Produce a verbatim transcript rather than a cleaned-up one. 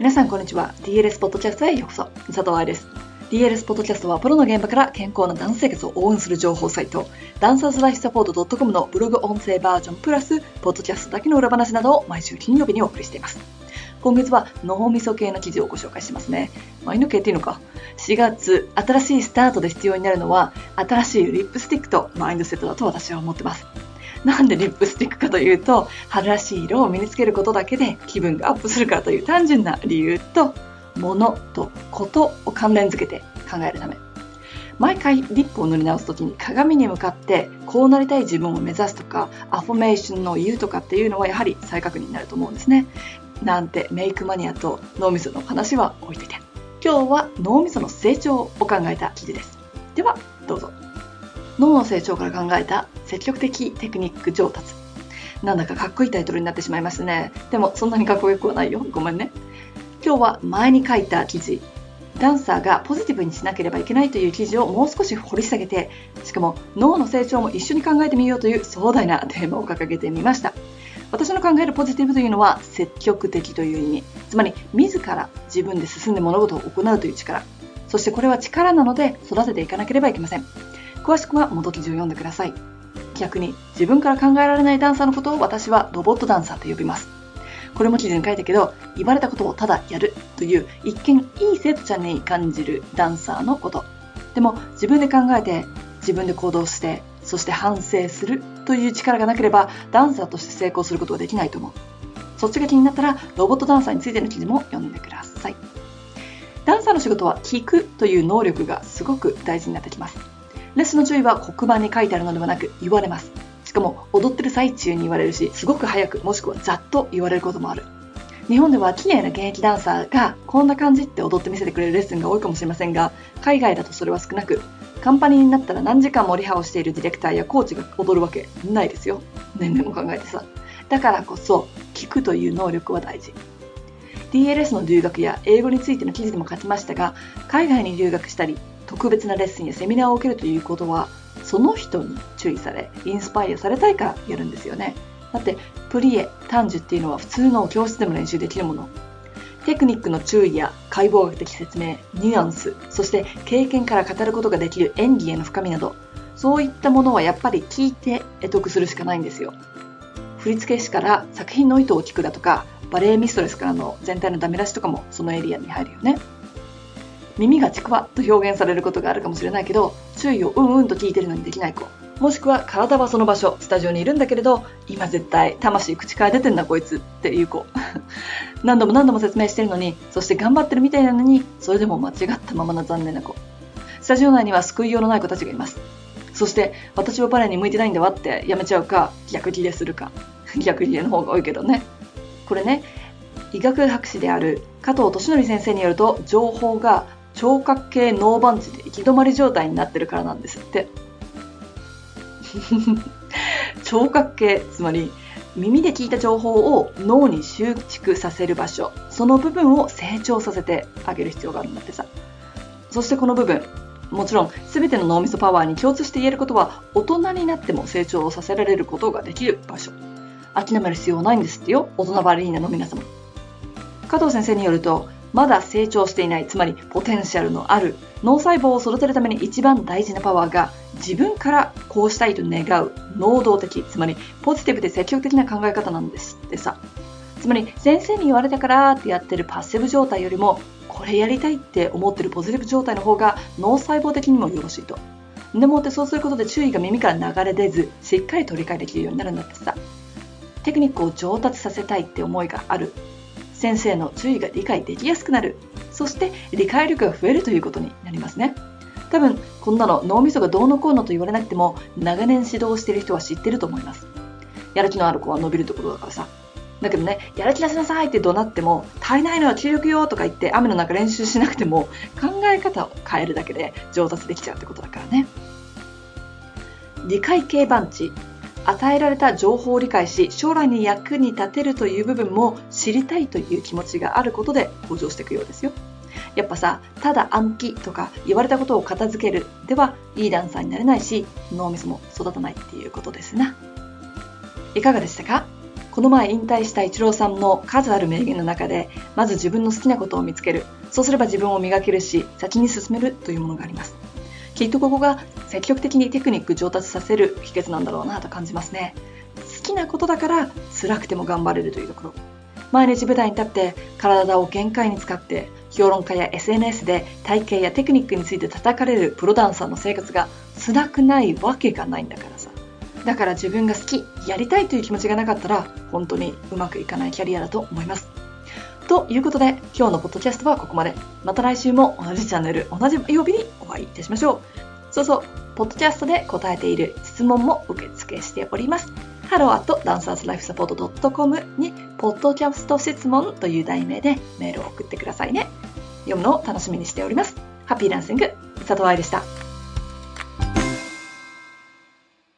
皆さんこんにちは。 ディーエルエス ポッドキャストへようこそ。佐藤愛です。 ディーエルエス ポッドキャストはプロの現場から健康なダンス生活を応援する情報サイト、ダンサーズライフサポート .com のブログ音声バージョンプラスポッドキャストだけの裏話などを毎週金曜日にお送りしています。今月は脳みそ系の記事をご紹介しますね。マインド系っていうのか。しがつ、新しいスタートで必要になるのは新しいリップスティックとマインドセットだと私は思ってます。なんでリップスティックかというと、春らしい色を身につけることだけで気分がアップするからという単純な理由と、物とことを関連づけて考えるため。毎回リップを塗り直すときに鏡に向かってこうなりたい自分を目指すとか、アフォメーションの言うとかっていうのはやはり再確認になると思うんですね。なんてメイクマニアと脳みその話は置いといて、今日は脳みその成長を考えた記事です。ではどうぞ。脳の成長から考えた積極的テクニック上達。なんだかかっこいいタイトルになってしまいましたね。でもそんなにかっこよくはないよ。ごめんね。今日は前に書いた記事、ダンサーがポジティブにしなければいけないという記事をもう少し掘り下げて、しかも脳の成長も一緒に考えてみようという壮大なテーマを掲げてみました。私の考えるポジティブというのは積極的という意味、つまり自ら自分で進んで物事を行うという力。そしてこれは力なので育てていかなければいけません。詳しくは元記事を読んでください。逆に自分から考えられないダンサーのことを私はロボットダンサーと呼びます。これも記事に書いたけど、言われたことをただやるという一見いい生徒ちゃんに感じるダンサーのこと。でも自分で考えて自分で行動して、そして反省するという力がなければダンサーとして成功することはできないと思う。そっちが気になったらロボットダンサーについての記事も読んでください。ダンサーの仕事は聞くという能力がすごく大事になってきます。レッスンの注意は黒板に書いてあるのではなく言われます。しかも踊ってる最中に言われるし、すごく早くもしくはざっと言われることもある。日本では綺麗な現役ダンサーがこんな感じって踊って見せてくれるレッスンが多いかもしれませんが、海外だとそれは少なく、カンパニーになったら何時間もリハをしているディレクターやコーチが踊るわけないですよ。年齢も考えてさ。だからこそ聞くという能力は大事。ディーエルエス の留学や英語についての記事でも書きましたが、海外に留学したり特別なレッスンやセミナーを受けるということは、その人に注意されインスパイアされたいからやるんですよね。だってプリエ、短寿っていうのは普通の教室でも練習できるもの。テクニックの注意や解剖学的説明、ニュアンス、そして経験から語ることができる演技への深みなど、そういったものはやっぱり聞いて得得するしかないんですよ。振付師から作品の意図を聞くだとか、バレエミストレスからの全体のダメ出しとかもそのエリアに入るよね。耳がちくわと表現されることがあるかもしれないけど、注意をうんうんと聞いてるのにできない子、もしくは体はその場所、スタジオにいるんだけれど、今絶対魂口から出てんなこいつっていう子何度も何度も説明してるのに、そして頑張ってるみたいなのに、それでも間違ったままな残念な子。スタジオ内には救いようのない子たちがいます。そして私はバレエに向いてないんだわってやめちゃうか、逆ギレするか逆ギレの方が多いけどね。これね、医学博士である加藤俊則先生によると、情報が聴覚系脳番地で行き止まり状態になってるからなんですって聴覚系、つまり耳で聞いた情報を脳に集蓄させる場所、その部分を成長させてあげる必要があるんだってさ。そしてこの部分、もちろん全ての脳みそパワーに共通して言えることは、大人になっても成長をさせられることができる場所。諦める必要はないんですってよ、大人バレリーナの皆様。加藤先生によると、まだ成長していない、つまりポテンシャルのある脳細胞を育てるために一番大事なパワーが、自分からこうしたいと願う能動的、つまりポジティブで積極的な考え方なんですってさ。つまり先生に言われたからってやってるパッシブ状態よりも、これやりたいって思ってるポジティブ状態の方が脳細胞的にもよろしいと。でもってそうすることで注意が耳から流れ出ず、しっかりと理解できるようになるんだってさ。テクニックを上達させたいって思いがある。先生の注意が理解できやすくなる。そして理解力が増えるということになりますね。多分こんなの脳みそがどうのこうのと言われなくても、長年指導している人は知ってると思います。やる気のある子は伸びるところだからさ。だけどね、やる気出しなさいって怒鳴っても、足りないのは気力よとか言って雨の中練習しなくても、考え方を変えるだけで上達できちゃうってことだからね。理解系番地。与えられた情報を理解し、将来に役に立てるという部分も知りたいという気持ちがあることで向上していくようですよ。やっぱさ、ただ暗記とか言われたことを片付けるではいいダンサーになれないし、脳みそも育たないっていうことですな。いかがでしたか？ この前引退したイチローさんの数ある名言の中で、まず自分の好きなことを見つける。そうすれば自分を磨けるし、先に進めるというものがあります。きっとここが積極的にテクニック上達させる秘訣なんだろうなと感じますね。好きなことだから辛くても頑張れるというところ。毎日舞台に立って体を限界に使って評論家や エスエヌエス で体型やテクニックについて叩かれるプロダンサーの生活が辛くないわけがないんだからさ。だから自分が好き、やりたいという気持ちがなかったら本当にうまくいかないキャリアだと思います。ということで今日のポッドキャストはここまで。また来週も同じチャンネル、同じ曜日にお会いいたしましょう。そうそう、ポッドキャストで答えている質問も受付しております。ハローアットダンサーズライフサポートドットコム にポッドキャスト質問という題名でメールを送ってくださいね。読むのを楽しみにしております。ハッピーダンシング、佐藤愛でした。